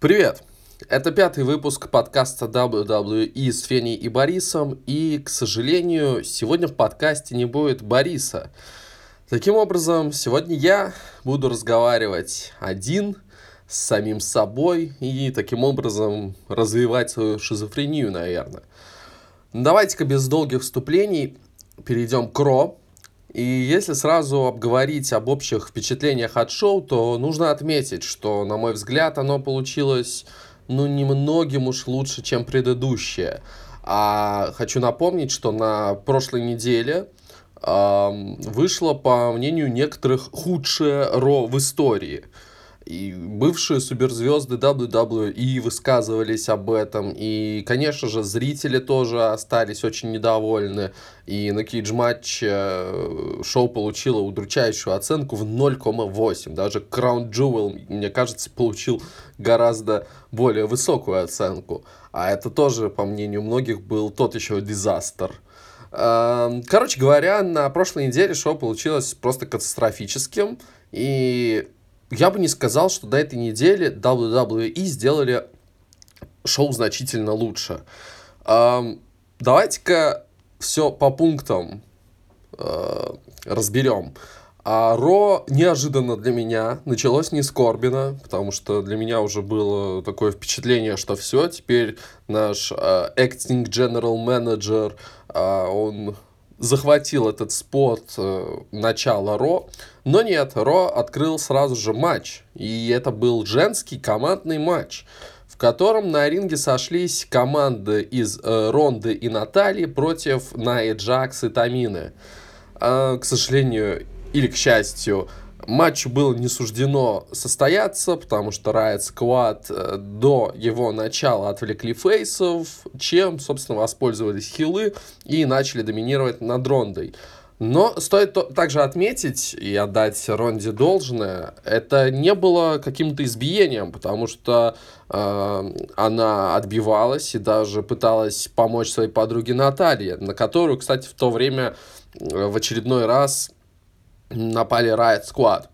Привет! Это пятый выпуск подкаста WWE с Феней и Борисом, и, к сожалению, сегодня в подкасте не будет Бориса. Таким образом, сегодня я буду разговаривать один с самим собой и таким образом развивать свою шизофрению, наверное. Давайте-ка без долгих вступлений перейдем к Ро. И если сразу обговорить об общих впечатлениях от шоу, то нужно отметить, что, на мой взгляд, оно получилось, немногим уж лучше, чем предыдущее. А хочу напомнить, что на прошлой неделе вышло, по мнению некоторых, худшее Ро в истории. И бывшие суперзвезды WWE высказывались об этом. И, конечно же, зрители тоже остались очень недовольны. И на кейдж-матче шоу получило удручающую оценку в 0,8. Даже Crown Jewel, мне кажется, получил гораздо более высокую оценку. А это тоже, по мнению многих, был тот еще дизастер. Короче говоря, на прошлой неделе шоу получилось просто катастрофическим. И я бы не сказал, что до этой недели WWE сделали шоу значительно лучше. Давайте-ка все по пунктам разберем. Ро неожиданно для меня началось не с Корбина, потому что для меня уже было такое впечатление, что все, теперь наш acting general manager, он захватил этот спот начала Ро. Но нет, Ро открыл сразу же матч. И это был женский командный матч, в котором на ринге сошлись команды из Ронды и Натальи против Найи Джакс и Тамины. К сожалению, или к счастью, матчу было не суждено состояться, потому что Riot Squad до его начала отвлекли фейсов, чем, собственно, воспользовались хилы и начали доминировать над Рондой. Но стоит также отметить и отдать Ронде должное, это не было каким-то избиением, потому что она отбивалась и даже пыталась помочь своей подруге Наталье, на которую, кстати, в то время в очередной раз напали Riot Squad.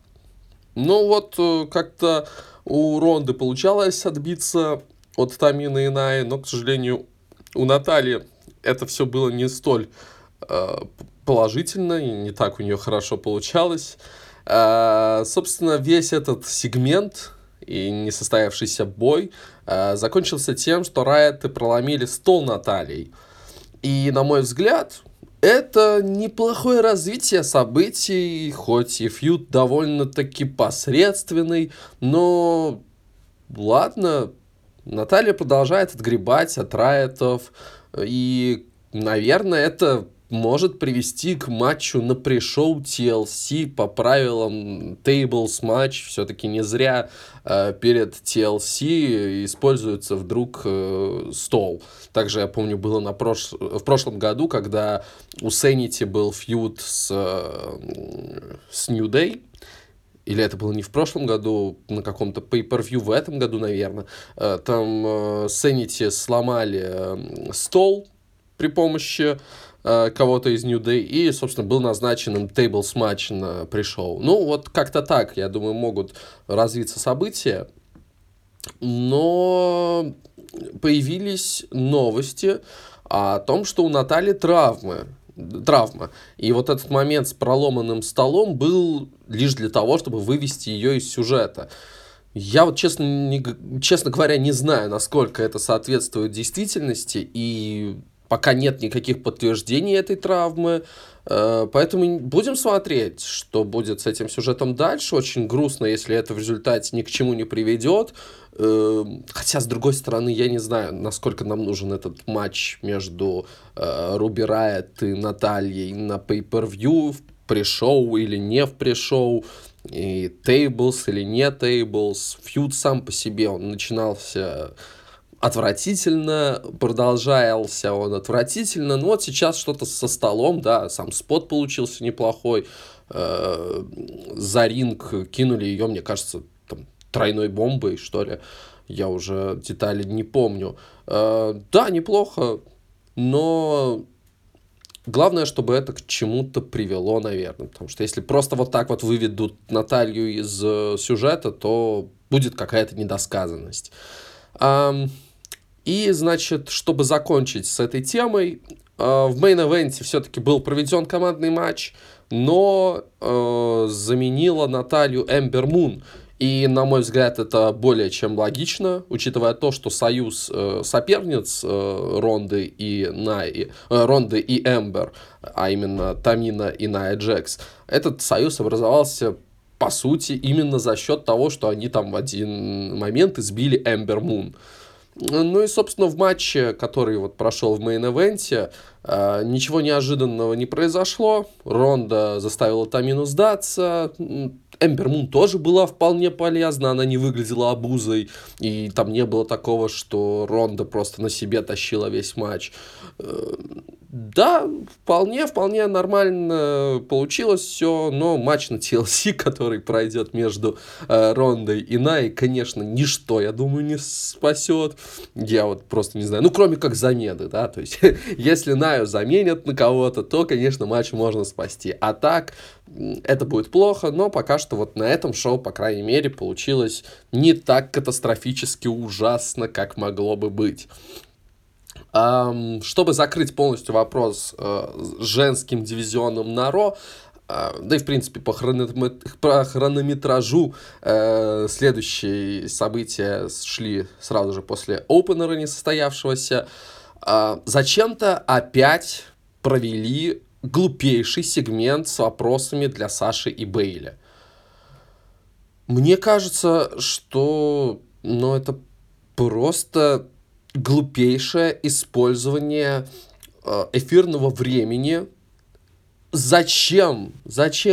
Как-то у Ронды получалось отбиться от Тамины и Наи, но, к сожалению, у Натальи это все было не столь положительно, и не так у нее хорошо получалось. Собственно, весь этот сегмент и несостоявшийся бой закончился тем, что Райоты проломили стол Натальей. И, на мой взгляд, это неплохое развитие событий, хоть и фьюд довольно-таки посредственный, но ладно, Наталья продолжает отгребать от Райотов, и, наверное, это может привести к матчу на пришоу TLC по правилам Tables Match. Все-таки не зря перед TLC используется вдруг стол. Также, я помню, было в прошлом году, когда у Sanity был фьюд с New Day. Или это было не в прошлом году, на каком-то pay-per-view в этом году, наверное. Там Sanity сломали стол при помощи кого-то из New Day, и, собственно, был назначен им Tables Match на пришоу. Как-то так, я думаю, могут развиться события. Но появились новости о том, что у Натальи травма. И вот этот момент с проломанным столом был лишь для того, чтобы вывести ее из сюжета. Я честно говоря, не знаю, насколько это соответствует действительности, и пока нет никаких подтверждений этой травмы, поэтому будем смотреть, что будет с этим сюжетом дальше. Очень грустно, если это в результате ни к чему не приведет. Хотя, с другой стороны, я не знаю, насколько нам нужен этот матч между Руби Райот и Натальей на pay-per-view, в пришоу или не в пришоу, и Tables или не Tables. Фьюд сам по себе, он начинался отвратительно, продолжался он отвратительно, но вот сейчас что-то со столом, да, сам спот получился неплохой, за ринг кинули ее, мне кажется, там, тройной бомбой, что ли, я уже детали не помню. Да, неплохо, но главное, чтобы это к чему-то привело, наверное, потому что если просто вот так вот выведут Наталью из сюжета, то будет какая-то недосказанность. И, значит, чтобы закончить с этой темой, в мейн-эвенте все-таки был проведен командный матч, но заменила Наталью Эмбер Мун. И, на мой взгляд, это более чем логично, учитывая то, что союз соперниц Ронды и Эмбер, а именно Тамина и Ная Джекс, этот союз образовался, по сути, именно за счет того, что они там в один момент избили Эмбер Мун. Ну и, собственно, в матче, который вот прошел в мейн-эвенте, ничего неожиданного не произошло. Ронда заставила Тамину сдаться. Эмбер Мун тоже была вполне полезна, она не выглядела обузой, и там не было такого, что Ронда просто на себе тащила весь матч. Да, вполне нормально получилось все, но матч на TLC, который пройдет между Рондой и Най, конечно, ничто, я думаю, не спасет. Я вот просто не знаю, ну, кроме как замены, да, то есть, если Наю заменят на кого-то, то, конечно, матч можно спасти. А так, это будет плохо, но пока что вот на этом шоу, по крайней мере, получилось не так катастрофически ужасно, как могло бы быть. Чтобы закрыть полностью вопрос с женским дивизионом на Ро, да и, в принципе, по хронометражу следующие события шли сразу же после опенера несостоявшегося. Зачем-то опять провели глупейший сегмент с вопросами для Саши и Бейли. Мне кажется, что это просто глупейшее использование эфирного времени. Зачем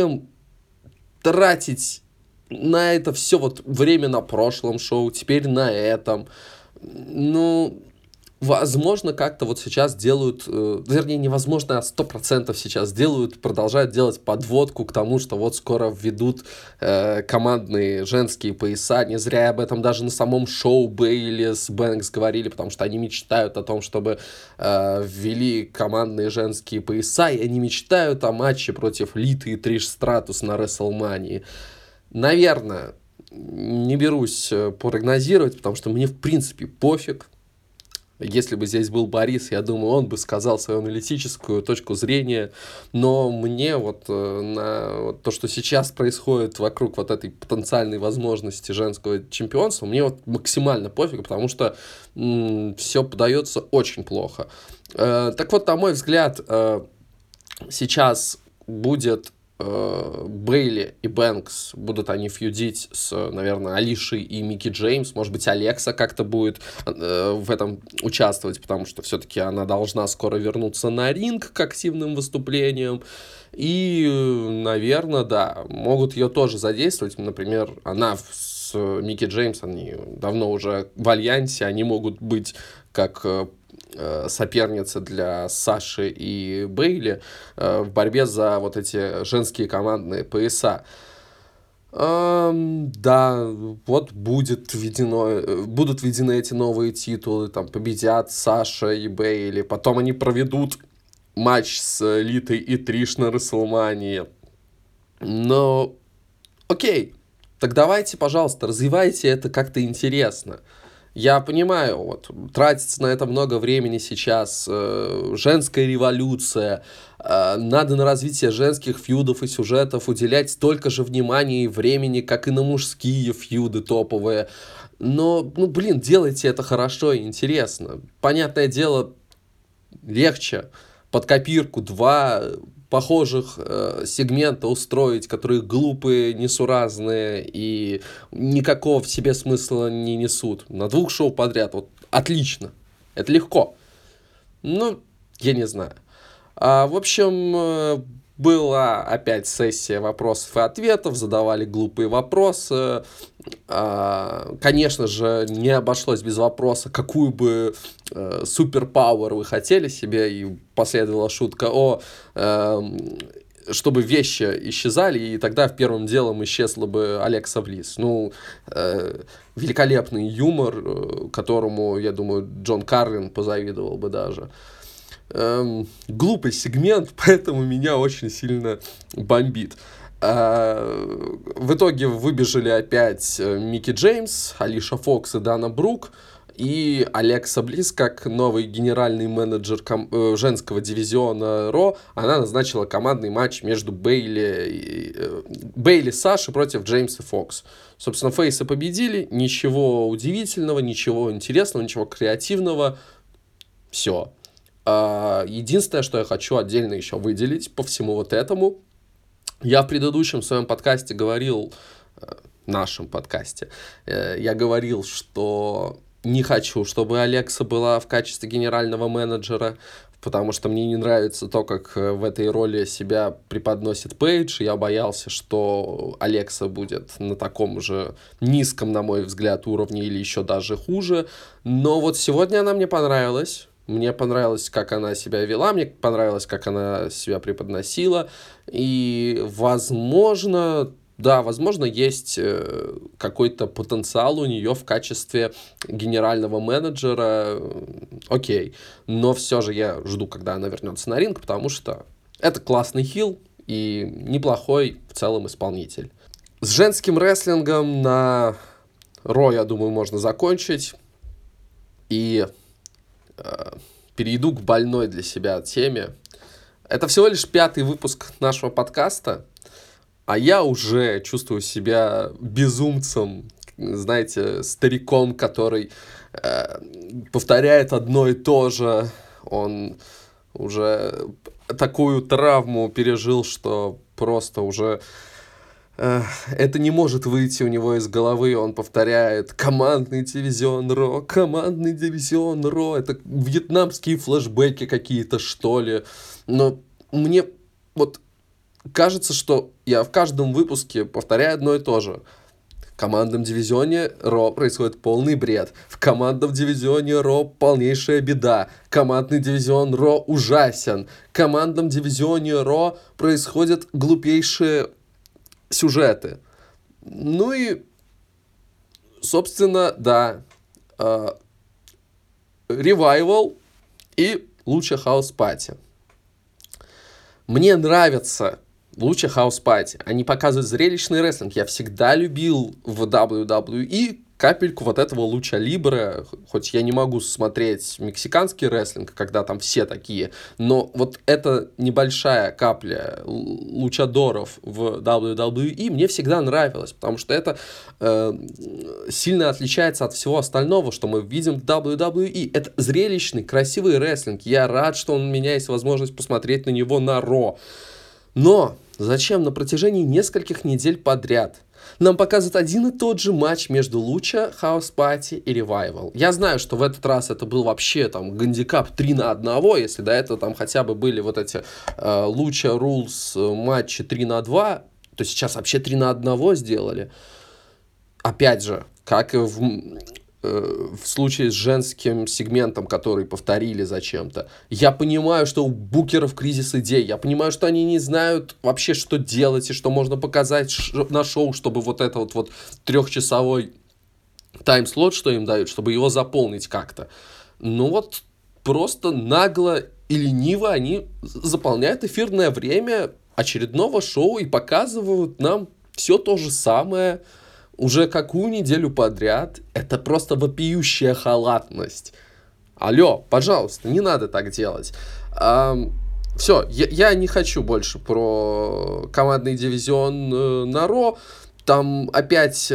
тратить на это все вот время на прошлом шоу, теперь на этом? Ну, возможно, как-то вот сейчас делают, вернее, невозможно, а 100% сейчас делают, продолжают делать подводку к тому, что вот скоро введут командные женские пояса. Не зря об этом даже на самом шоу Бейли с Бэнкс говорили, потому что они мечтают о том, чтобы ввели командные женские пояса, и они мечтают о матче против Литы и Триш Стратус на WrestleMania. Наверное, не берусь прогнозировать, потому что мне, в принципе, пофиг. Если бы здесь был Борис, я думаю, он бы сказал свою аналитическую точку зрения, но мне на то, что сейчас происходит вокруг вот этой потенциальной возможности женского чемпионства, мне вот максимально пофиг, потому что все подается очень плохо. Так вот, на мой взгляд, сейчас будет Бейли и Бэнкс, будут они фьюдить с, наверное, Алишей и Микки Джеймс. Может быть, Алекса как-то будет в этом участвовать, потому что все-таки она должна скоро вернуться на ринг к активным выступлениям. И, наверное, да, могут ее тоже задействовать. Например, она с Микки Джеймс, они давно уже в альянсе, они могут быть как соперница для Саши и Бейли в борьбе за вот эти женские командные пояса. Да, вот будут введены эти новые титулы, там победят Саша и Бейли, потом они проведут матч с Литой и Триш на WrestleMania. Но, окей, так давайте, пожалуйста, развивайте это как-то интересно. Я понимаю, вот, тратится на это много времени сейчас, женская революция, надо на развитие женских фьюдов и сюжетов уделять столько же внимания и времени, как и на мужские фьюды топовые. Но, делайте это хорошо и интересно. Понятное дело, легче под копирку 2 похожих сегмента устроить, которые глупые, несуразные и никакого в себе смысла не несут. На 2 шоу подряд. Вот отлично. Это легко. Я не знаю. В общем, была опять сессия вопросов и ответов, задавали глупые вопросы. Конечно же, не обошлось без вопроса, какую бы суперпауэр вы хотели себе, и последовала шутка чтобы вещи исчезали, и тогда первым делом исчезла бы Алекса Блисс. Великолепный юмор, которому, я думаю, Джон Карлин позавидовал бы даже. Глупый сегмент, поэтому меня очень сильно бомбит. В итоге выбежали опять Микки Джеймс, Алиша Фокс и Дана Брук. И Алекса Блисс, как новый генеральный менеджер женского дивизиона Ро, она назначила командный матч между Бейли Саши против Джеймса Фокс. Собственно, фейсы победили, ничего удивительного, ничего интересного, ничего креативного. Все. Единственное, что я хочу отдельно еще выделить по всему вот этому, я в предыдущем своем подкасте говорил, нашем подкасте, я говорил, что не хочу, чтобы Алекса была в качестве генерального менеджера, потому что мне не нравится то, как в этой роли себя преподносит Пейдж. Я боялся, что Алекса будет на таком же низком, на мой взгляд, уровне или еще даже хуже. Но вот сегодня она мне понравилась. Мне понравилось, как она себя вела, мне понравилось, как она себя преподносила. И, возможно, есть какой-то потенциал у нее в качестве генерального менеджера. Окей. Но все же я жду, когда она вернется на ринг, потому что это классный хил и неплохой в целом исполнитель. С женским рестлингом на Ро, я думаю, можно закончить. И перейду к больной для себя теме. Это всего лишь 5-й выпуск нашего подкаста, а я уже чувствую себя безумцем, знаете, стариком, который повторяет одно и то же. Он уже такую травму пережил, что просто уже это не может выйти у него из головы. Он повторяет: командный дивизион Ро, командный дивизион Ро. Это вьетнамские флешбеки какие-то, что ли. Но мне вот кажется, что я в каждом выпуске повторяю одно и то же. В командном дивизионе Ро происходит полный бред. В командном дивизионе Ро полнейшая беда. Командный дивизион Ро ужасен. В командном дивизионе Ро происходят глупейшие сюжеты. Ну и, собственно, да. Ревайвал и Lucha House Party. Мне нравится Lucha House Party. Они показывают зрелищный рестлинг. Я всегда любил в WWE капельку вот этого Луча Либре. Хоть я не могу смотреть мексиканский рестлинг, когда там все такие, но вот эта небольшая капля лучадоров в WWE мне всегда нравилась, потому что это сильно отличается от всего остального, что мы видим в WWE. Это зрелищный, красивый рестлинг. Я рад, что у меня есть возможность посмотреть на него на Ро. Но зачем на протяжении нескольких недель подряд нам показывают один и тот же матч между Lucha House Party и Revival? Я знаю, что в этот раз это был вообще там гандикап 3-1, если до этого там хотя бы были вот эти Lucha Rules матчи 3-2, то сейчас вообще 3-1 сделали. Опять же, как и в случае с женским сегментом, который повторили зачем-то. Я понимаю, что у букеров кризис идей. Я понимаю, что они не знают вообще, что делать и что можно показать на шоу, чтобы вот этот вот 3-часовой тайм-слот, что им дают, чтобы его заполнить как-то. Ну вот просто нагло и лениво они заполняют эфирное время очередного шоу и показывают нам все то же самое уже какую неделю подряд. Это просто вопиющая халатность. Алло, пожалуйста, не надо так делать. Все, я не хочу больше про командный дивизион на Ро. Там опять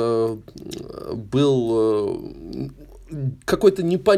был какой-то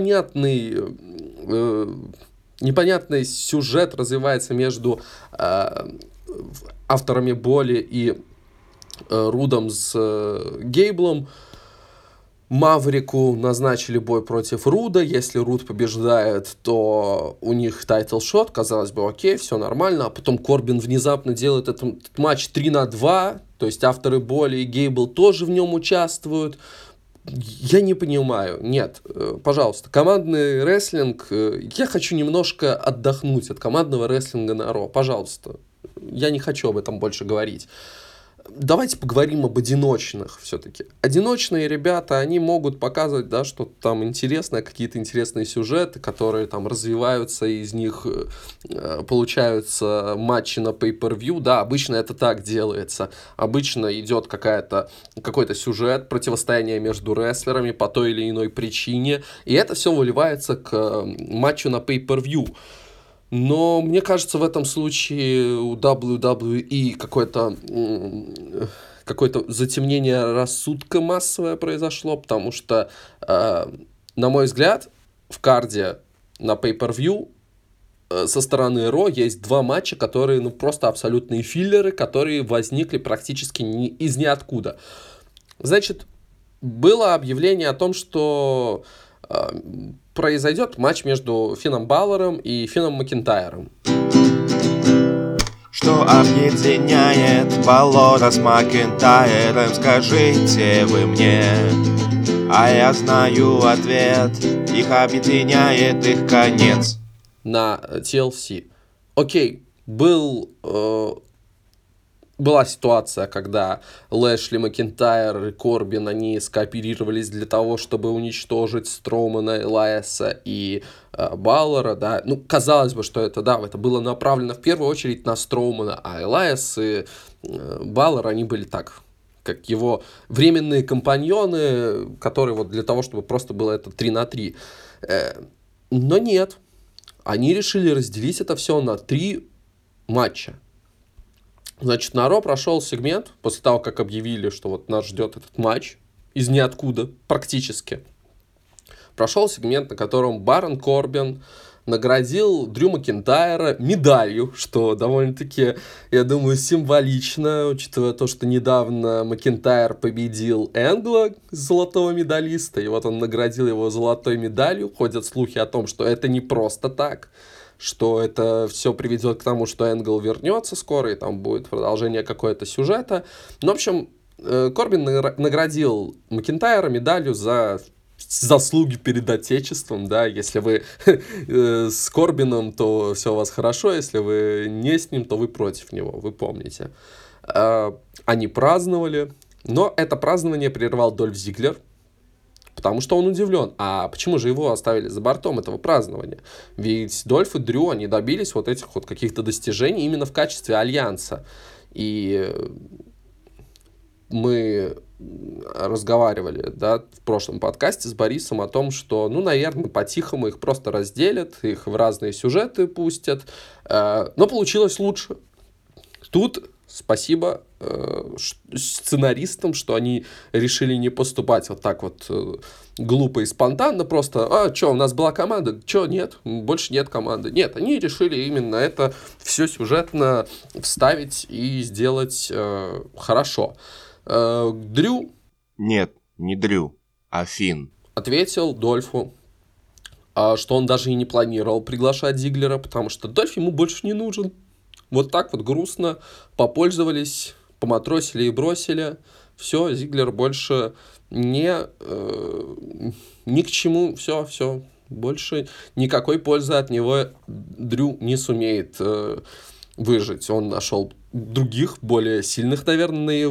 непонятный сюжет развивается между авторами Боли и Рудом с Гейблом. Маврику назначили бой против Руда. Если Руд побеждает, то у них тайтл-шот. Казалось бы, окей, все нормально. А потом Корбин внезапно делает этот матч 3-2. То есть авторы Боли и Гейбл тоже в нем участвуют. Я не понимаю. Нет, пожалуйста, командный рестлинг. Я хочу немножко отдохнуть от командного рестлинга на Ро. Пожалуйста. Я не хочу об этом больше говорить. давайте поговорим об одиночных все-таки. Одиночные ребята, они могут показывать, да, что-то там интересное, какие-то интересные сюжеты, которые там развиваются, из них получаются матчи на pay-per-view. Да, обычно это так делается. Обычно идет какой-то сюжет, противостояние между рестлерами по той или иной причине, и это все выливается к матчу на pay-per-view. Но мне кажется, в этом случае у WWE какое-то затемнение рассудка массовое произошло, потому что, на мой взгляд, в карде на pay-per-view со стороны Raw есть два матча, которые, просто абсолютные филлеры, которые возникли практически из ниоткуда. Значит, было объявление о том, что произойдет матч между Финном Балором и Финном Макентайром. Что объединяет Балора с Макентайром, скажите вы мне. А я знаю ответ, их объединяет их конец. На TLC. Окей, была ситуация, когда Лэшли, Макентайр и Корбин, они скооперировались для того, чтобы уничтожить Строумана, Элайаса и Баллера, да. Казалось бы, что это было направлено в первую очередь на Строумана, а Элайас и Баллер, они были так, как его временные компаньоны, которые для того, чтобы просто было это 3-3. Но нет, они решили разделить это все на 3 матча. Значит, на Ро прошел сегмент, после того, как объявили, что нас ждет этот матч, из ниоткуда, практически. Прошел сегмент, на котором Барон Корбин наградил Дрю Макентайра медалью, что довольно-таки, я думаю, символично, учитывая то, что недавно Макентайр победил Энгла, золотого медалиста, и вот он наградил его золотой медалью. Ходят слухи о том, что это не просто так, что это все приведет к тому, что Энгл вернется скоро, и там будет продолжение какого-то сюжета. В общем, Корбин наградил Макентайра медалью за заслуги перед Отечеством, да, если вы с Корбином, то все у вас хорошо, если вы не с ним, то вы против него, вы помните. Они праздновали, но это празднование прервал Дольф Зиглер, потому что он удивлен. А почему же его оставили за бортом этого празднования? Ведь Дольф и Дрю, они добились вот этих вот каких-то достижений именно в качестве альянса. И мы разговаривали, да, в прошлом подкасте с Борисом о том, что, наверное, по-тихому их просто разделят, их в разные сюжеты пустят. Но получилось лучше. Тут спасибо сценаристам, что они решили не поступать вот так вот глупо и спонтанно, просто, у нас была команда, нет, больше нет команды. Нет, они решили именно это все сюжетно вставить и сделать хорошо. Дрю... Нет, не Дрю, а Финн. Ответил Дольфу, что он даже и не планировал приглашать Зиглера, потому что Дольф ему больше не нужен. Вот так вот грустно попользовались, поматросили и бросили. Все, Зиглер больше ни к чему, все, больше никакой пользы от него Дрю не сумеет выжить. Он нашел других, более сильных, наверное,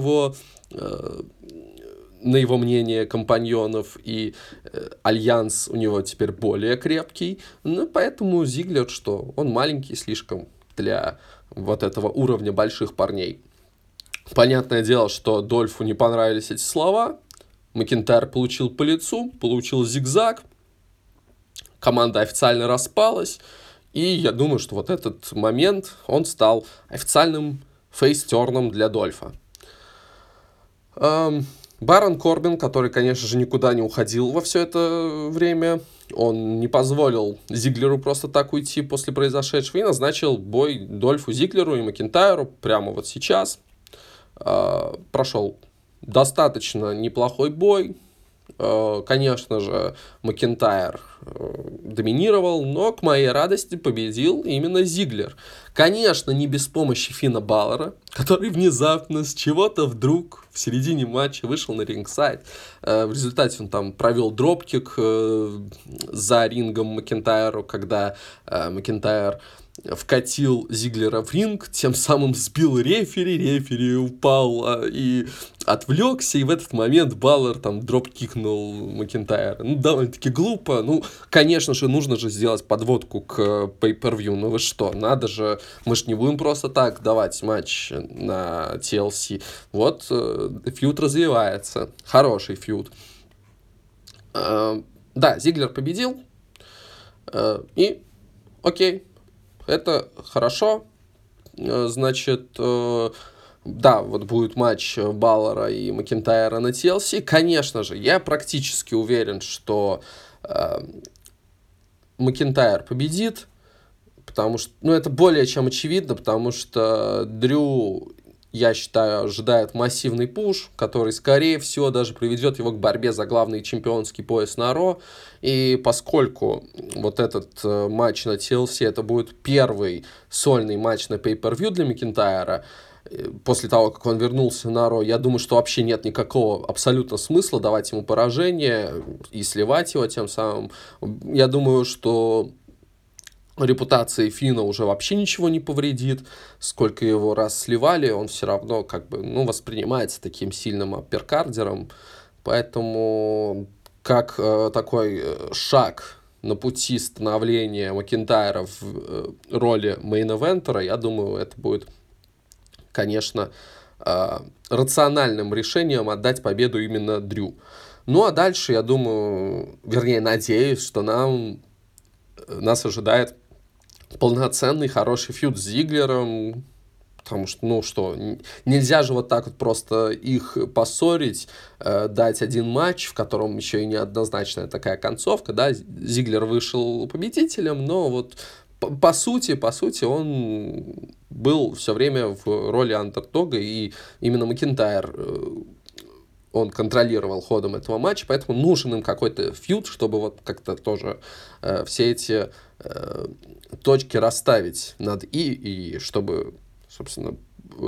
на его мнение, компаньонов, и альянс у него теперь более крепкий. Поэтому Зиглер, что он маленький слишком для вот этого уровня больших парней. Понятное дело, что Дольфу не понравились эти слова. Макентайр получил по лицу, получил зигзаг. Команда официально распалась. И я думаю, что вот этот момент, он стал официальным фейстерном для Дольфа. Барон Корбин, который, конечно же, никуда не уходил во все это время, он не позволил Зиглеру просто так уйти после произошедшего и назначил бой Дольфу Зиглеру и Макентайру прямо вот сейчас. Прошел достаточно неплохой бой. Конечно же, Макентайр доминировал, но, к моей радости, победил именно Зиглер. Конечно, не без помощи Финна Баллера, который внезапно с чего-то вдруг в середине матча вышел на рингсайд. В результате он там провел дропкик за рингом Макентайру, когда Макентайр вкатил Зиглера в ринг, тем самым сбил рефери упал и отвлекся, и в этот момент Баллар там дроп-кикнул Макентайра. Ну, довольно-таки глупо. Ну, конечно же, нужно же сделать подводку к pay-per-view. Ну вы что, надо же, мы же не будем просто так давать матч на TLC. Вот фьюд развивается. Хороший фьюд. Да, Зиглер победил. И окей, это хорошо. Значит, да, вот будет матч Баллара и Макентайра на TLC. Конечно же, я практически уверен, что Макентайр победит, потому что, ну, это более чем очевидно, потому что Дрю, я считаю, ожидает массивный пуш, который, скорее всего, даже приведет его к борьбе за главный чемпионский пояс на Ро. И поскольку вот этот матч на TLC, это будет первый сольный матч на Pay-Per-View для Макентайра, после того, как он вернулся на Ро, я думаю, что вообще нет никакого абсолютно смысла давать ему поражение и сливать его тем самым. Я думаю, что репутации Фина уже вообще ничего не повредит. Сколько его раз сливали, он все равно как бы, ну, воспринимается таким сильным апперкардером. Поэтому как такой шаг на пути становления Макентайра в роли мейн-эвентера, я думаю, это будет, конечно, рациональным решением отдать победу именно Дрю. Ну а дальше, я думаю, вернее, надеюсь, что нас ожидает полноценный, хороший фьюд с Зиглером, потому что, ну что, нельзя же вот так вот просто их поссорить, дать один матч, в котором еще и неоднозначная такая концовка, да, Зиглер вышел победителем, но вот по сути, он был все время в роли андердога, и именно Макентайр, он контролировал ходом этого матча, поэтому нужен им какой-то фьюд, чтобы вот как-то тоже все эти точки расставить над и чтобы, собственно,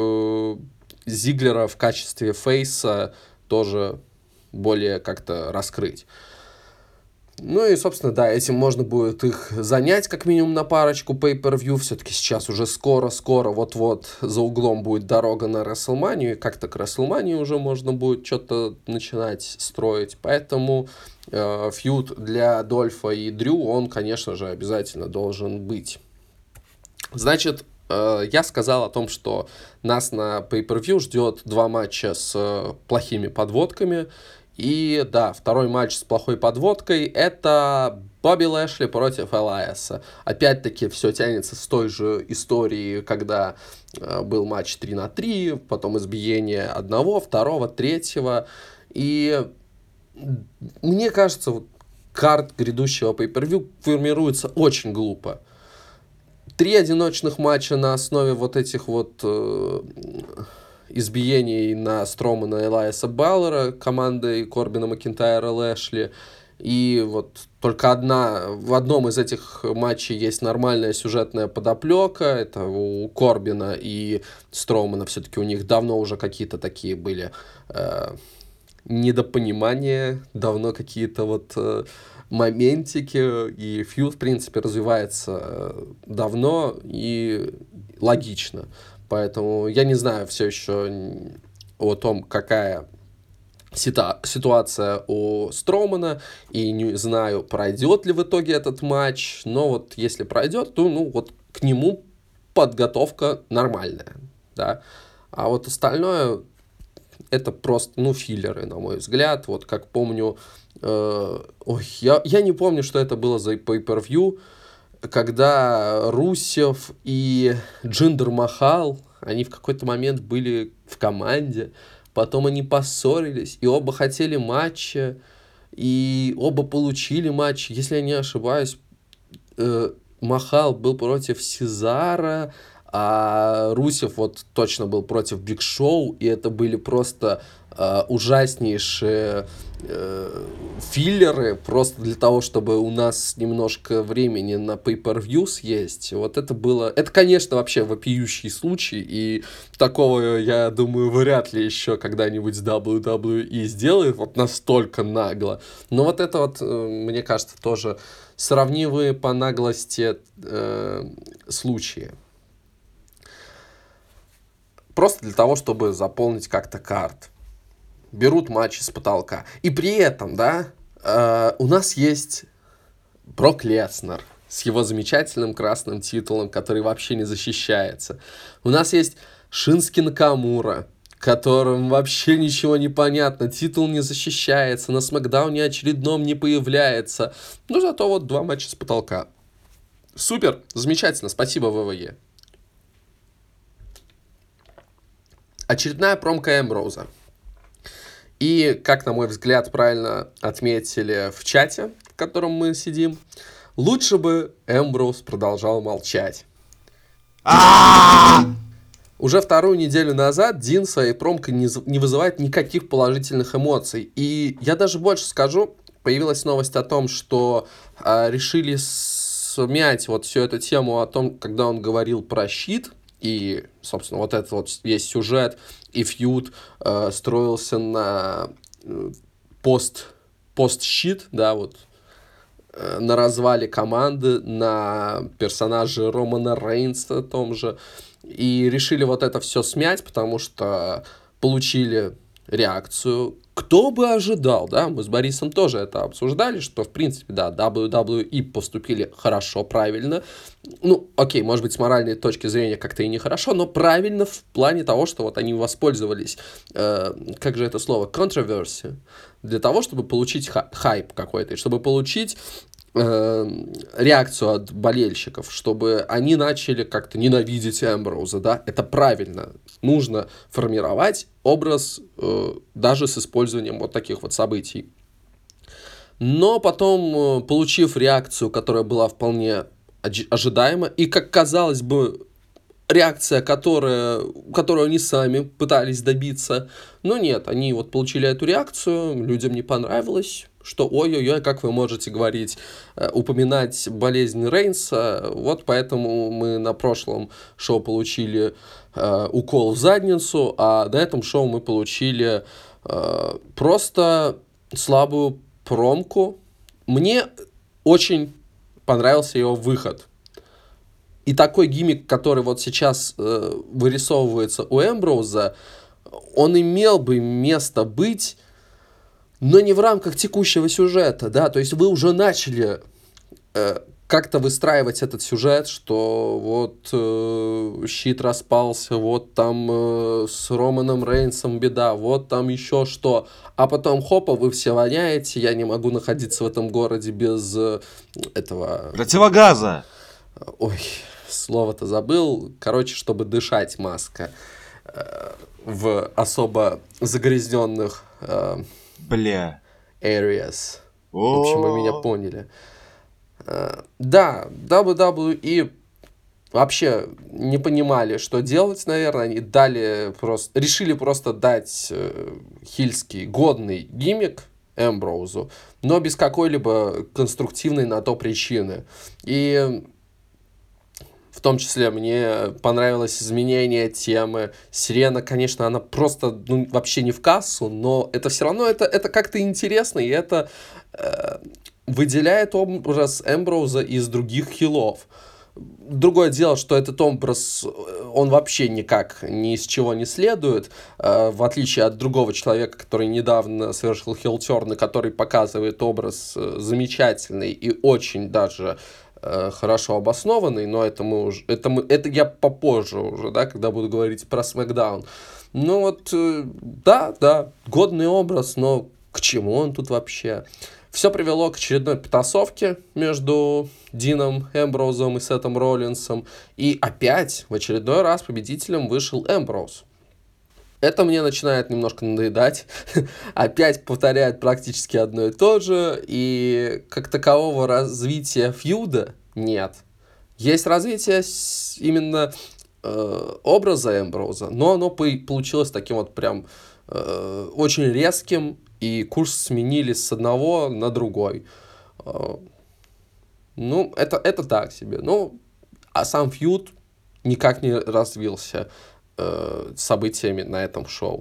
Зиглера в качестве фейса тоже более как-то раскрыть. Ну и, собственно, да, этим можно будет их занять как минимум на парочку pay-per-view. Все-таки сейчас уже скоро, вот-вот за углом будет дорога на WrestleMania, и как-то к WrestleMania уже можно будет что-то начинать строить. Поэтому фьюд для Дольфа и Дрю, он, конечно же, обязательно должен быть. Значит, я сказал о том, что нас на pay-per-view ждет 2 матча с плохими подводками. И да, второй матч с плохой подводкой — это Бобби Лэшли против Элайаса. Опять-таки все тянется с той же истории, когда был матч 3-3, потом избиение одного, второго, третьего. И мне кажется, вот карт грядущего pay-per-view формируется очень глупо. 3 одиночных матча на основе вот этих вот избиений на Стромана и Элайаса Баллера командой Корбина, Макентайра, Лэшли. И вот только в одном из этих матчей есть нормальная сюжетная подоплека. Это у Корбина и Стромана. Все-таки у них давно уже какие-то такие были недопонимания, давно какие-то вот моментики. И фьюд, в принципе, развивается давно и логично. Поэтому я не знаю все еще о том, какая ситуация у Стромана, и не знаю, пройдет ли в итоге этот матч, но вот если пройдет, то ну вот к нему подготовка нормальная, да. А вот остальное это просто, ну, филлеры, на мой взгляд. Вот как помню, я не помню, что это было за pay-per-view, когда Русев и Джиндер Махал, они в какой-то момент были в команде, потом они поссорились, и оба хотели матча, и оба получили матч. Если я не ошибаюсь, Махал был против Сезара, а Русев вот точно был против Биг Шоу, и это были просто ужаснейшие филлеры просто для того, чтобы у нас немножко времени на pay-per-view съесть. Вот это было... Это, конечно, вообще вопиющий случай, и такого, я думаю, вряд ли еще когда-нибудь WWE сделает вот настолько нагло. Но вот это вот, мне кажется, тоже сравнимые по наглости случаи. Просто для того, чтобы заполнить как-то карт. Берут матчи с потолка. И при этом, да, у нас есть Брок Леснар с его замечательным красным титулом, который вообще не защищается. У нас есть Шински Накамура, которым вообще ничего не понятно. Титул не защищается, на Смакдауне очередном не появляется. Но зато вот 2 матча с потолка. Супер, замечательно, спасибо, ВВЕ. Очередная промка Эмброуза. И, как, на мой взгляд, правильно отметили в чате, в котором мы сидим, лучше бы Эмброуз продолжал молчать. Уже 2 неделю назад Дин своей промкой не вызывает никаких положительных эмоций. И я даже больше скажу, появилась новость о том, что решили смять вот всю эту тему о том, когда он говорил про щит. И, собственно, вот этот вот весь сюжет и фьюд строился на пост-щит, да, вот, на развале команды, на персонаже Романа Рейнса том же. И решили вот это все смять, потому что получили реакцию. Кто бы ожидал, да, мы с Борисом тоже это обсуждали, что, в принципе, да, WWE поступили хорошо, правильно. Ну, окей, может быть, с моральной точки зрения как-то и нехорошо, но правильно в плане того, что вот они воспользовались, как же это слово, controversy, для того, чтобы получить хайп какой-то, и чтобы получить реакцию от болельщиков, чтобы они начали как-то ненавидеть Эмброуза, да, это правильно. Нужно формировать образ даже с использованием вот таких вот событий. Но потом, получив реакцию, которая была вполне ожидаема, и, как казалось бы, реакция, которую они сами пытались добиться, но нет, они вот получили эту реакцию, людям не понравилось, что ой-ой-ой, как вы можете говорить, упоминать болезнь Рейнса, вот поэтому мы на прошлом шоу получили укол в задницу, а на этом шоу мы получили просто слабую промку. Мне очень понравился его выход. И такой гиммик, который вот сейчас вырисовывается у Эмброуза, он имел бы место быть, но не в рамках текущего сюжета, да, то есть вы уже начали как-то выстраивать этот сюжет, что вот щит распался, вот там с Романом Рейнсом беда, вот там еще что, а потом хопа, вы все воняете, я не могу находиться в этом городе без этого... Противогаза! Ой, слово-то забыл, короче, чтобы дышать маска в особо загрязненных areas. В общем, вы меня поняли. Да, WWE вообще не понимали, что делать, наверное. Они решили просто дать хильский годный гиммик Эмброузу, но без какой-либо конструктивной на то причины. И в том числе мне понравилось изменение темы. Сирена, конечно, она просто вообще не в кассу, но это все равно это как-то интересно, и это выделяет образ Эмброуза из других хилов. Другое дело, что этот образ, он вообще никак ни из чего не следует, в отличие от другого человека, который недавно совершил хилтерн, который показывает образ замечательный и очень даже хорошо обоснованный, но это я попозже уже, да, когда буду говорить про Смакдаун. Ну вот, да, годный образ, но к чему он тут вообще? Все привело к очередной потасовке между Дином Эмброузом и Сетом Роллинсом, и опять в очередной раз победителем вышел Эмброуз. Это мне начинает немножко надоедать. Опять повторяет практически одно и то же. И как такового развития фьюда нет. Есть развитие именно образа Эмброуза, но оно получилось таким вот прям очень резким и курс сменили с одного на другой. Ну, это так себе. Ну, а сам фьюд никак не развился событиями на этом шоу.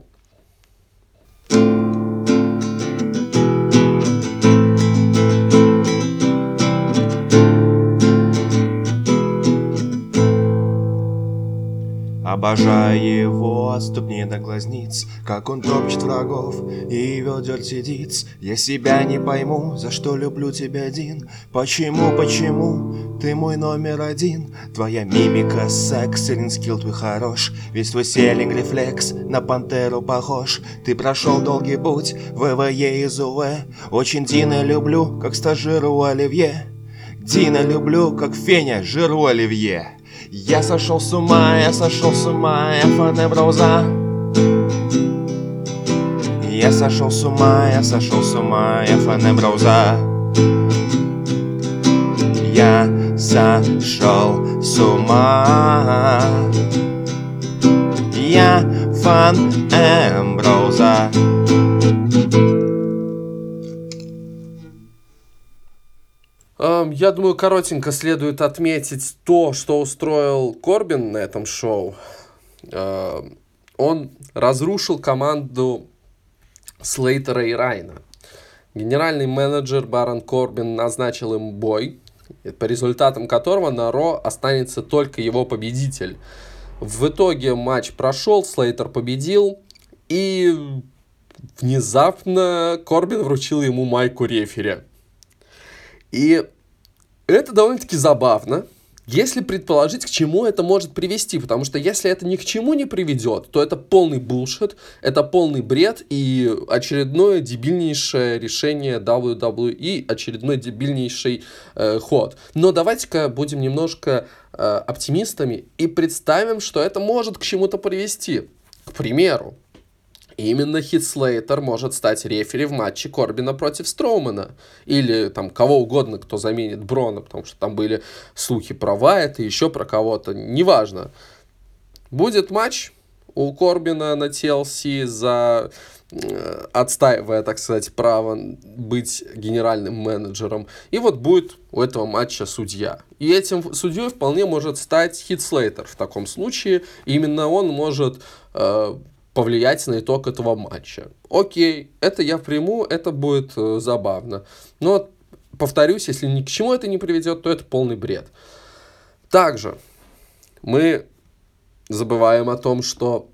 Обожаю его ступни до глазниц, как он топчет врагов и ведер сидиц. Я себя не пойму, за что люблю тебя один. Почему ты мой номер один? Твоя мимика, секс, скилл твой хорош. Весь твой селлинг рефлекс на пантеру похож. Ты прошел долгий путь, ВВЕ из УВ. Очень Дина люблю, как стажиру Оливье. Дина люблю, как Феня жиру Оливье. Я сошел с ума, я фанебрауза. Я сошел с ума, я фанебрауза. Я сошел с ума. Я фанебрауза. Я думаю, коротенько следует отметить то, что устроил Корбин на этом шоу. Он разрушил команду Слейтера и Райна. Генеральный менеджер Барон Корбин назначил им бой, по результатам которого на Ро останется только его победитель. В итоге матч прошел, Слейтер победил, и внезапно Корбин вручил ему майку рефери. И это довольно-таки забавно, если предположить, к чему это может привести. Потому что если это ни к чему не приведет, то это полный булшит, это полный бред и очередное дебильнейшее решение WWE, очередной дебильнейший ход. Но давайте-ка будем немножко оптимистами и представим, что это может к чему-то привести. К примеру, именно Хит Слейтер может стать рефери в матче Корбина против Строумана. Или там кого угодно, кто заменит Брона, потому что там были слухи про Вайта и еще про кого-то. Неважно. Будет матч у Корбина на TLC, отстаивая, так сказать, право быть генеральным менеджером. И вот будет у этого матча судья. И этим судьей вполне может стать Хит Слейтер в таком случае. Именно он может повлиять на итог этого матча. Окей, это я приму, это будет забавно. Но, повторюсь, если ни к чему это не приведет, то это полный бред. Также мы забываем о том, что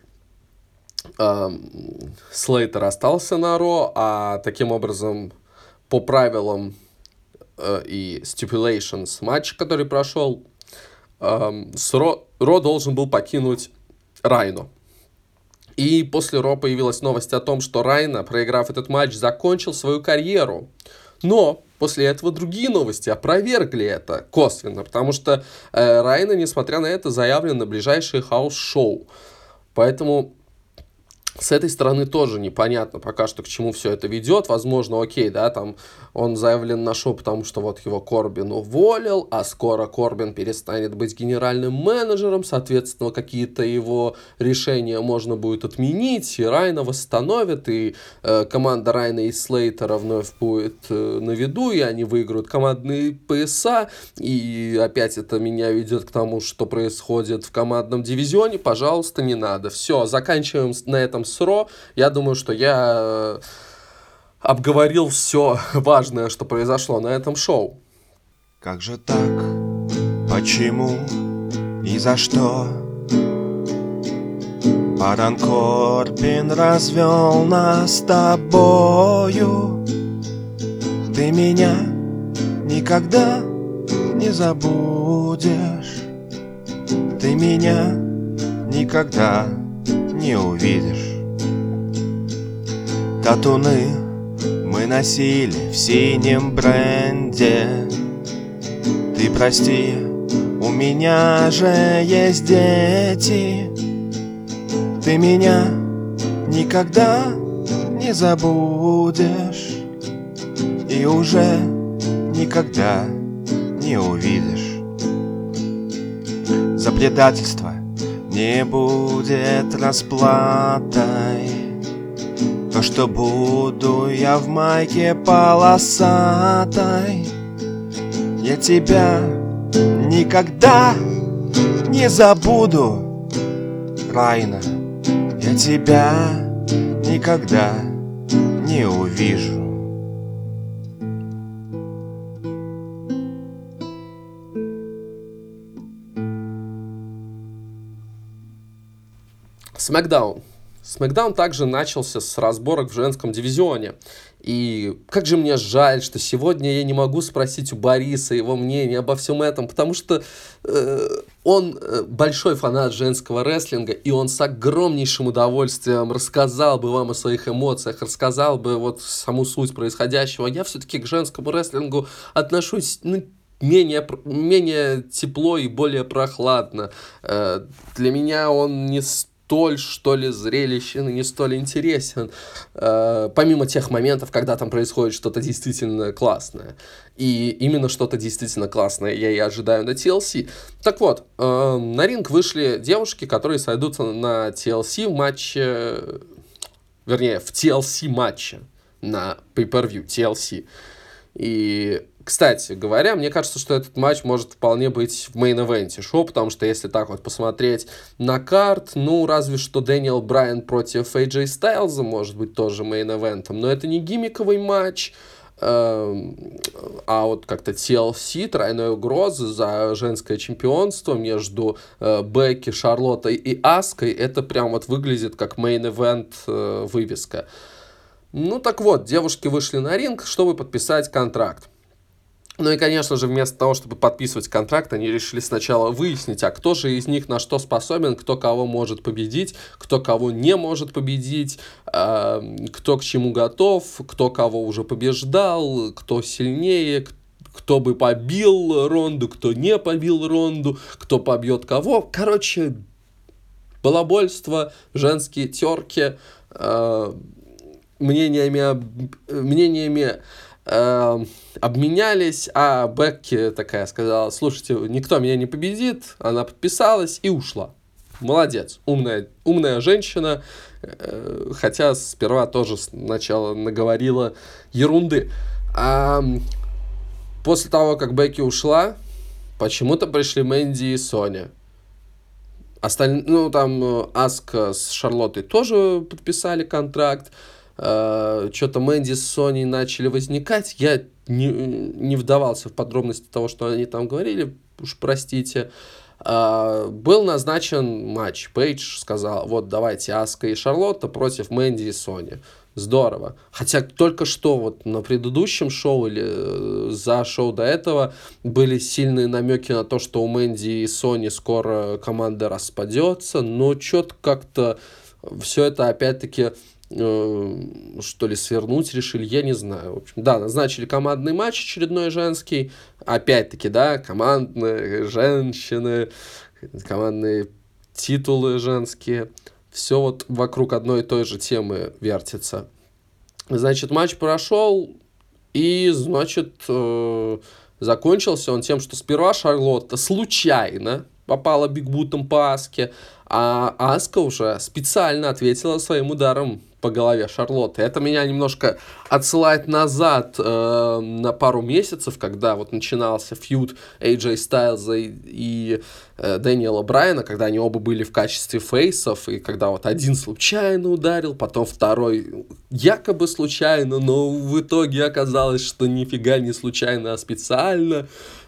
Слейтер остался на Ро, а таким образом по правилам и stipulations матча, который прошел, Ро должен был покинуть Райно. И после Ро появилась новость о том, что Райна, проиграв этот матч, закончил свою карьеру. Но после этого другие новости опровергли это косвенно, потому что Райна, несмотря на это, заявлен на ближайшее хаус-шоу. Поэтому с этой стороны тоже непонятно пока что, к чему все это ведет. Возможно, окей, да, там он заявлен на шоу, потому что вот его Корбин уволил, а скоро Корбин перестанет быть генеральным менеджером, соответственно, какие-то его решения можно будет отменить, и Райна восстановит, и команда Райна и Слейтера вновь будет на виду, и они выиграют командные пояса, и опять это меня ведет к тому, что происходит в командном дивизионе. Пожалуйста, не надо. Все, заканчиваем на этом с Ро. Я думаю, что я обговорил все важное, что произошло на этом шоу. Как же так? Почему? И за что? Барон Корбин развел нас с тобою. Ты меня никогда не забудешь. Ты меня никогда не увидишь. Татуны мы носили в синем бренде. Ты прости, у меня же есть дети. Ты меня никогда не забудешь и уже никогда не увидишь. За предательство не будет расплатой. То, То, что буду я в майке полосатой, я тебя никогда не забуду, Райна. Я тебя никогда не увижу. Смэкдаун. Смэкдаун также начался с разборок в женском дивизионе. И как же мне жаль, что сегодня я не могу спросить у Бориса его мнение обо всем этом, потому что он большой фанат женского рестлинга, и он с огромнейшим удовольствием рассказал бы вам о своих эмоциях, рассказал бы вот саму суть происходящего. Я все-таки к женскому рестлингу отношусь, менее тепло и более прохладно. Для меня он не столь, что ли, зрелищен и не столь интересен, помимо тех моментов, когда там происходит что-то действительно классное. И именно что-то действительно классное я и ожидаю на TLC. Так вот, на ринг вышли девушки, которые сойдутся на TLC в матче, вернее, в TLC матче на Pay-Per-View TLC. И, кстати говоря, мне кажется, что этот матч может вполне быть в мейн-эвенте шоу, потому что если так вот посмотреть на карт, ну, разве что Дэниел Брайан против AJ Стайлза может быть тоже мейн-эвентом, но это не гиммиковый матч, а вот как-то TLC, тройной угрозы за женское чемпионство между Бекки, Шарлоттой и Аской, это прям вот выглядит как мейн-эвент вывеска. Ну так вот, девушки вышли на ринг, чтобы подписать контракт. Ну и, конечно же, вместо того, чтобы подписывать контракт, они решили сначала выяснить, а кто же из них на что способен, кто кого может победить, кто кого не может победить, кто к чему готов, кто кого уже побеждал, кто сильнее, кто бы побил Ронду, кто не побил Ронду, кто побьет кого. Короче, балабольство, женские терки, мнениями обменялись, а Бекки такая сказала: слушайте, никто меня не победит, она подписалась и ушла. Молодец, умная женщина, хотя сперва тоже сначала наговорила ерунды. А после того, как Бекки ушла, почему-то пришли Мэнди и Соня. Там Аска с Шарлоттой тоже подписали контракт. Что-то Мэнди с Соней начали возникать. Я не вдавался в подробности того, что они там говорили, уж простите. Был назначен матч. Пейдж сказал: вот давайте Аска и Шарлотта против Мэнди и Сони. Здорово. Хотя только что вот на предыдущем шоу или за шоу до этого были сильные намеки на то, что у Мэнди и Сони скоро команда распадется, но что-то как-то все это опять-таки что ли свернуть решили, я не знаю. В общем, да, назначили командный матч очередной женский. Опять-таки, да, командные женщины, командные титулы женские. Все вот вокруг одной и той же темы вертится. Значит, матч прошел, и, значит, закончился он тем, что сперва Шарлотта случайно попала бигбутом по Аске, а Аска уже специально ответила своим ударом по голове Шарлотты. Это меня немножко отсылает назад на пару месяцев, когда вот начинался фьюд AJ Стайлза и Дэниела Брайана, когда они оба были в качестве фейсов, и когда вот один случайно ударил, потом второй якобы случайно, но в итоге оказалось, что нифига не случайно, а специально.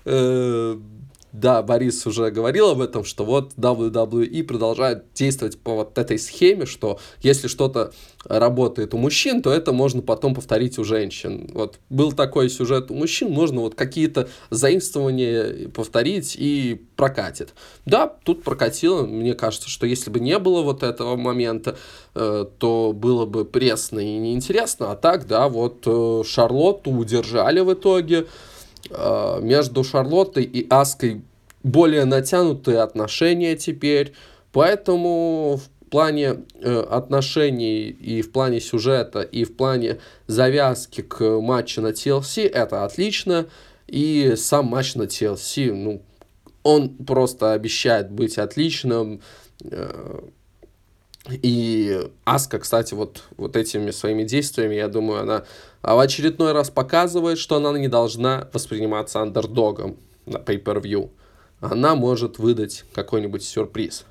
Да, Борис уже говорил об этом, что вот WWE продолжает действовать по вот этой схеме, что если что-то работает у мужчин, то это можно потом повторить у женщин. Вот был такой сюжет у мужчин, можно вот какие-то заимствования повторить и прокатит. Да, тут прокатило. Мне кажется, что если бы не было вот этого момента, то было бы пресно и неинтересно. А так, да, вот Шарлотту удержали в итоге. Между Шарлоттой и Аской более натянутые отношения теперь, поэтому в плане отношений и в плане сюжета и в плане завязки к матчу на TLC это отлично, и сам матч на TLC, ну, он просто обещает быть отличным. И Аска, кстати, вот этими своими действиями, я думаю, она в очередной раз показывает, что она не должна восприниматься андердогом на pay-per-view. Она может выдать какой-нибудь сюрприз.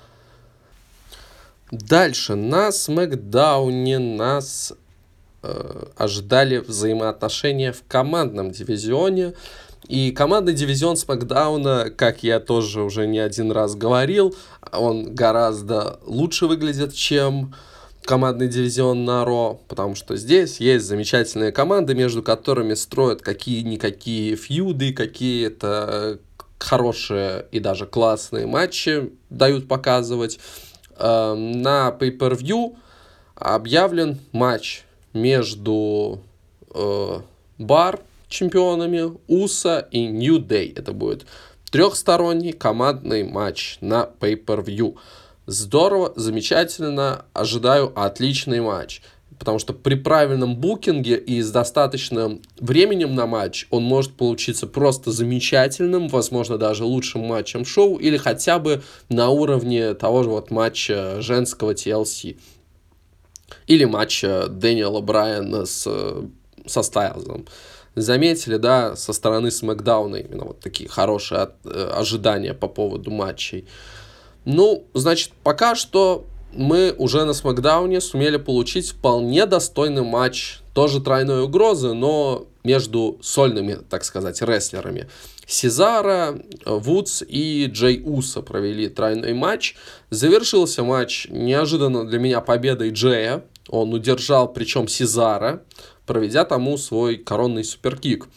Дальше на Смэкдауне нас ожидали взаимоотношения в командном дивизионе. И командный дивизион Смэкдауна, как я тоже уже не один раз говорил, он гораздо лучше выглядит, чем командный дивизион на Ро, потому что здесь есть замечательные команды, между которыми строят какие-никакие фьюды, какие-то хорошие и даже классные матчи дают показывать. На pay-per-view объявлен матч между Бар чемпионами, Уса и New Day. Это будет трехсторонний командный матч на pay-per-view. Здорово, замечательно, ожидаю отличный матч. Потому что при правильном букинге и с достаточным временем на матч он может получиться просто замечательным, возможно, даже лучшим матчем шоу или хотя бы на уровне того же вот матча женского TLC. Или матча Дэниела Брайана со Стайлзом. Заметили, да, со стороны Смэкдауна именно вот такие хорошие ожидания по поводу матчей. Ну, значит, пока что мы уже на Смэкдауне сумели получить вполне достойный матч, тоже тройной угрозы, но между сольными, так сказать, рестлерами. Сезара, Вудс и Джей Усо провели тройной матч. Завершился матч неожиданно для меня победой Джея. Он удержал, причем Сезара, проведя тому свой коронный суперкик.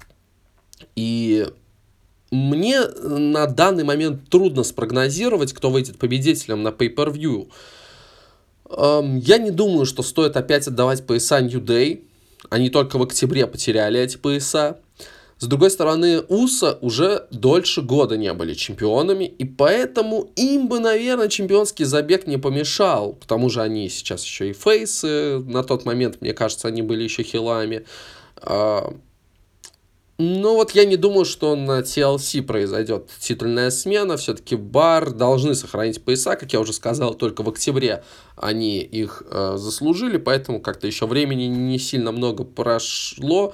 И мне на данный момент трудно спрогнозировать, кто выйдет победителем на pay-per-view. Я не думаю, что стоит опять отдавать пояса New Day. Они только в октябре потеряли эти пояса. С другой стороны, Уса уже дольше года не были чемпионами, и поэтому им бы, наверное, чемпионский забег не помешал. К тому же они сейчас еще и фейсы. На тот момент, мне кажется, они были еще хилами. Ну вот я не думаю, что на TLC произойдет титульная смена. Все-таки Бар должны сохранить пояса, как я уже сказал, только в октябре они их заслужили, поэтому как-то еще времени не сильно много прошло.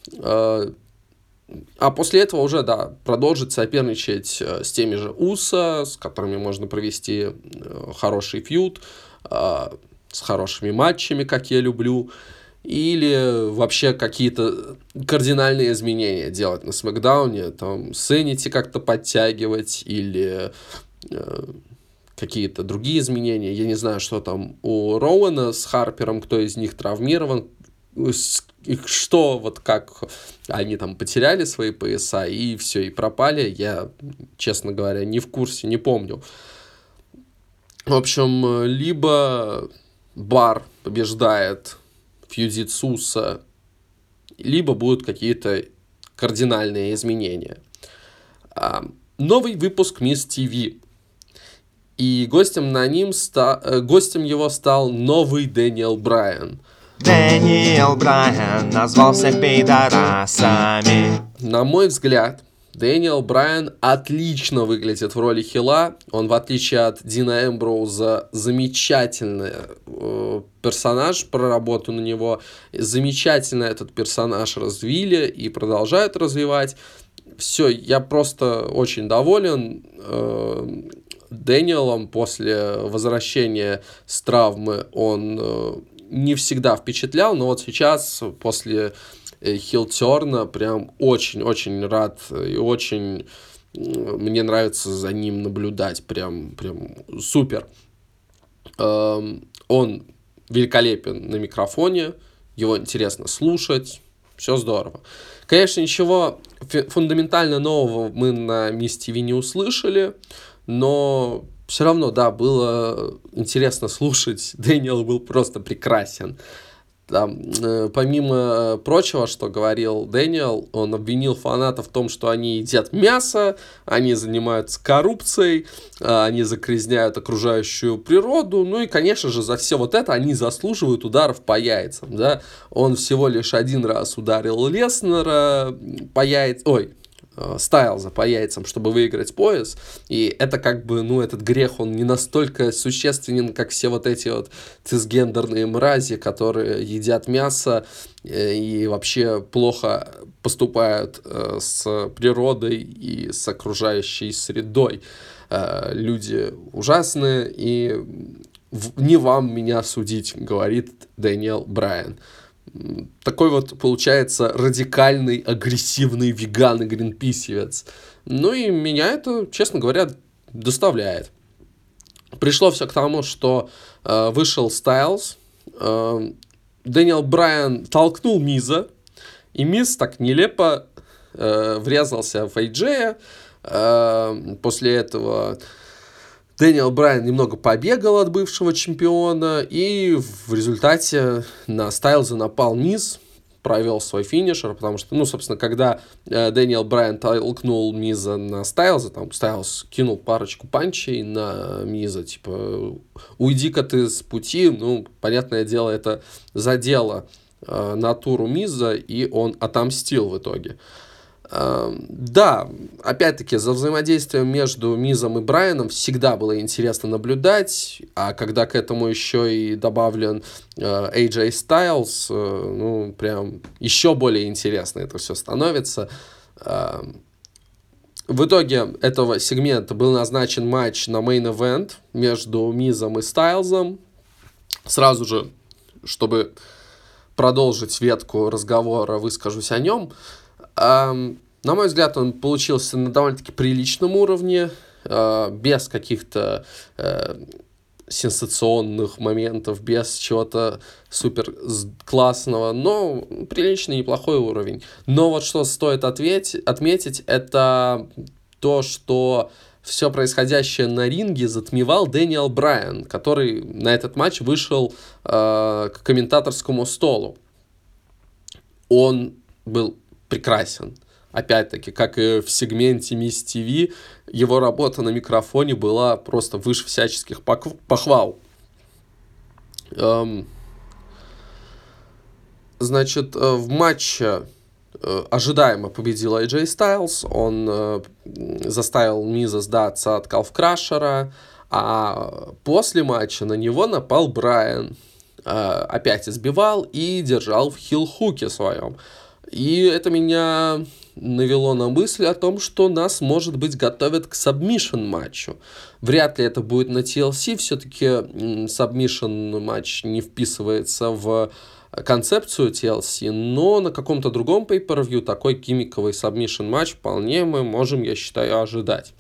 А после этого уже, да, продолжить соперничать с теми же Уса, с которыми можно провести хороший фьюд, с хорошими матчами, как я люблю, или вообще какие-то кардинальные изменения делать на Смэкдауне, там, Сэнити как-то подтягивать, или какие-то другие изменения. Я не знаю, что там у Роуэна с Харпером, кто из них травмирован, что, вот как они там потеряли свои пояса и все, и пропали, я, честно говоря, не в курсе, не помню. В общем, либо Бар побеждает, фьюдит с Уса, либо будут какие-то кардинальные изменения. Новый выпуск Miss TV. И гостем его стал новый Дэниел Брайан. Дэниел Брайан назвался пидорасами. На мой взгляд, Дэниел Брайан отлично выглядит в роли хила. Он, в отличие от Дина Эмброуза, замечательный персонаж, проработан у него. Замечательно этот персонаж развили и продолжают развивать. Все, я просто очень доволен Дэниелом. После возвращения с травмы он не всегда впечатлял, но вот сейчас, после хилтерна, прям очень-очень рад и очень мне нравится за ним наблюдать, прям супер. Он великолепен на микрофоне, его интересно слушать, все здорово. Конечно, ничего фундаментально нового мы на Miss TV не услышали, но все равно, да, было интересно слушать. Дэниел был просто прекрасен. Там, помимо прочего, что говорил Дэниел, он обвинил фанатов в том, что они едят мясо, они занимаются коррупцией, они загрязняют окружающую природу, ну и, конечно же, за все вот это они заслуживают ударов по яйцам, да. Он всего лишь один раз ударил Леснера по яйцам, Стайлза по яйцам, чтобы выиграть пояс, и это как бы, этот грех, он не настолько существенен, как все вот эти вот цисгендерные мрази, которые едят мясо и вообще плохо поступают с природой и с окружающей средой. Люди ужасные, и не вам меня судить, говорит Дэниел Брайан. Такой вот, получается, радикальный, агрессивный веган и гринписевец. Ну и меня это, честно говоря, доставляет. Пришло все к тому, что вышел Стайлз, Дэниел Брайан толкнул Миза, и Миз так нелепо врезался в AJ. После этого Дэниел Брайан немного побегал от бывшего чемпиона, и в результате на Стайлза напал Миз, провел свой финишер, потому что, собственно, когда Дэниел Брайан толкнул Миза на Стайлза, там Стайлз кинул парочку панчей на Миза, типа, уйди-ка ты с пути, понятное дело, это задело натуру Миза, и он отомстил в итоге. Да, опять-таки, за взаимодействием между Мизом и Брайаном всегда было интересно наблюдать, а когда к этому еще и добавлен AJ Styles, прям еще более интересно это все становится. В итоге этого сегмента был назначен матч на Main Event между Мизом и Стайлзом. Сразу же, чтобы продолжить ветку разговора, выскажусь о нем. На мой взгляд, он получился на довольно-таки приличном уровне, без каких-то сенсационных моментов, без чего-то супер классного, но приличный, неплохой уровень. Но вот что стоит отметить, это то, что все происходящее на ринге затмевал Дэниел Брайан, который на этот матч вышел к комментаторскому столу. Он был прекрасен. Опять-таки, как и в сегменте Miss TV, его работа на микрофоне была просто выше всяческих похвал. Значит, в матче ожидаемо победил AJ Styles, он заставил Миза сдаться от Калфкрашера, а после матча на него напал Брайан, опять избивал и держал в хил-хуке своем. И это меня навело на мысль о том, что нас, может быть, готовят к сабмишн матчу. Вряд ли это будет на TLC, все-таки сабмишн матч не вписывается в концепцию TLC, но на каком-то другом pay-per-view такой гиммиковый сабмишн матч вполне мы можем, я считаю, ожидать.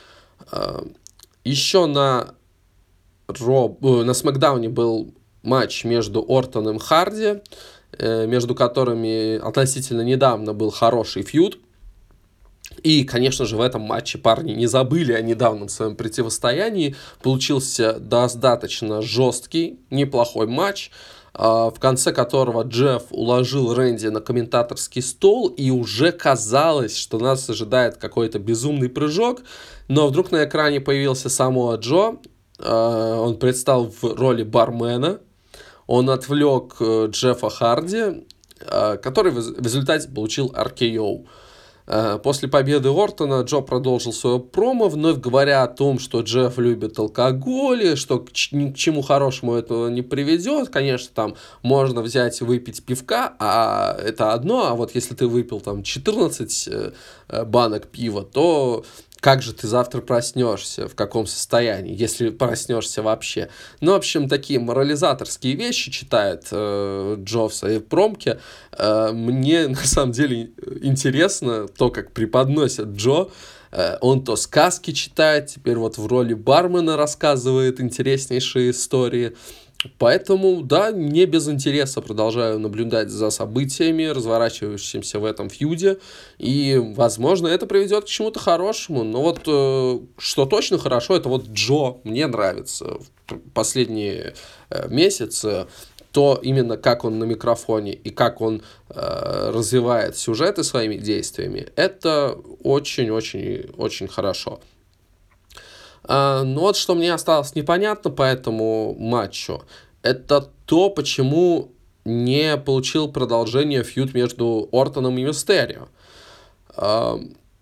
Еще на Смакдауне был матч между Ортоном и Харди, между которыми относительно недавно был хороший фьюд. И, конечно же, в этом матче парни не забыли о недавнем своем противостоянии. Получился достаточно жесткий, неплохой матч, в конце которого Джефф уложил Рэнди на комментаторский стол, и уже казалось, что нас ожидает какой-то безумный прыжок. Но вдруг на экране появился Самоа Джо. Он предстал в роли бармена. Он отвлек Джеффа Харди, который в результате получил RKO. После победы Ортона Джо продолжил свое промо, вновь говоря о том, что Джефф любит алкоголь, что ни к чему хорошему этого не приведет. Конечно, там можно взять и выпить пивка, а это одно, а вот если ты выпил там 14 банок пива, то как же ты завтра проснешься, в каком состоянии, если проснешься вообще. В общем, такие морализаторские вещи читает Джо в своей промке. Мне, на самом деле, интересно то, как преподносят Джо. Он то сказки читает, теперь вот в роли бармена рассказывает интереснейшие истории. Поэтому, да, не без интереса продолжаю наблюдать за событиями, разворачивающимися в этом фьюде, и, возможно, это приведет к чему-то хорошему. Но вот что точно хорошо, это вот Джо мне нравится в последние месяцы, то именно как он на микрофоне и как он развивает сюжеты своими действиями, это очень-очень-очень хорошо. Но вот что мне осталось непонятно по этому матчу, это то, почему не получил продолжение фьюд между Ортоном и Мистерио.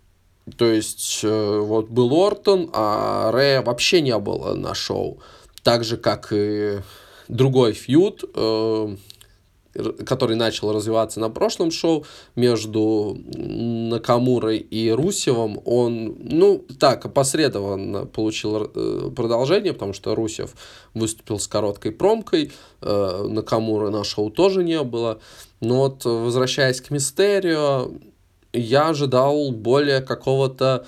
То есть вот был Ортон, а Рэя вообще не было на шоу. Так же, как и другой фьюд, который начал развиваться на прошлом шоу между Накамурой и Русевым, он, так, опосредованно получил продолжение, потому что Русев выступил с короткой промкой, Накамуры на шоу тоже не было. Но вот, возвращаясь к Мистерио, я ожидал более какого-то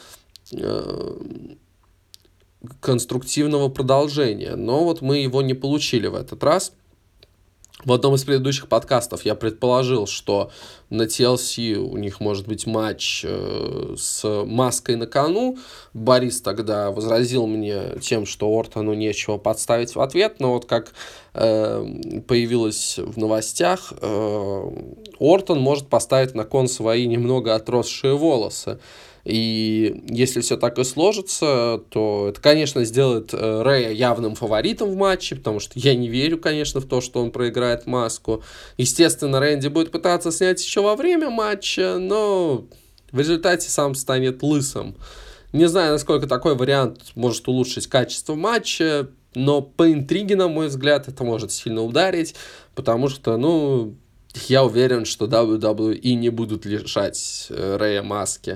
конструктивного продолжения, но вот мы его не получили в этот раз. В одном из предыдущих подкастов я предположил, что на TLC у них может быть матч с маской на кону. Борис тогда возразил мне тем, что Ортону нечего подставить в ответ, но вот как появилось в новостях, Ортон может поставить на кон свои немного отросшие волосы. И если все так и сложится, то это, конечно, сделает Рэя явным фаворитом в матче, потому что я не верю, конечно, в то, что он проиграет маску. Естественно, Рэнди будет пытаться снять еще во время матча, но в результате сам станет лысым. Не знаю, насколько такой вариант может улучшить качество матча, но по интриге, на мой взгляд, это может сильно ударить, потому что, я уверен, что WWE не будут лишать Рэя маски.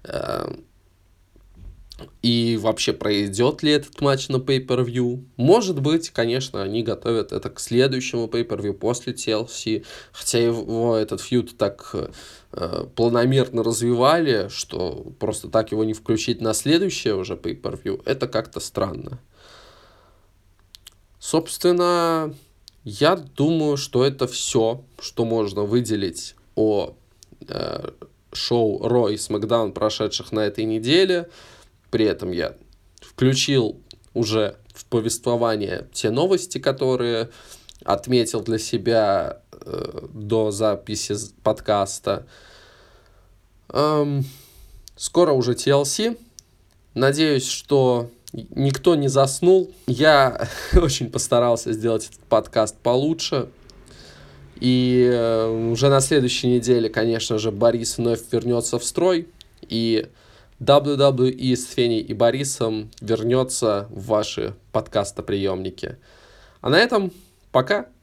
И вообще, пройдет ли этот матч на Pay-Per-View? Может быть, конечно, они готовят это к следующему Pay-Per-View после TLC, хотя его этот фьюд так планомерно развивали, что просто так его не включить на следующее уже Pay-Per-View, это как-то странно. Собственно, я думаю, что это все, что можно выделить о шоу Raw и SmackDown, прошедших на этой неделе. При этом я включил уже в повествование те новости, которые отметил для себя до записи подкаста. Скоро уже TLC. Надеюсь, что никто не заснул. Я очень постарался сделать этот подкаст получше. И уже на следующей неделе, конечно же, Борис вновь вернется в строй. И WWE с Феней и Борисом вернется в ваши подкастоприемники. А на этом пока.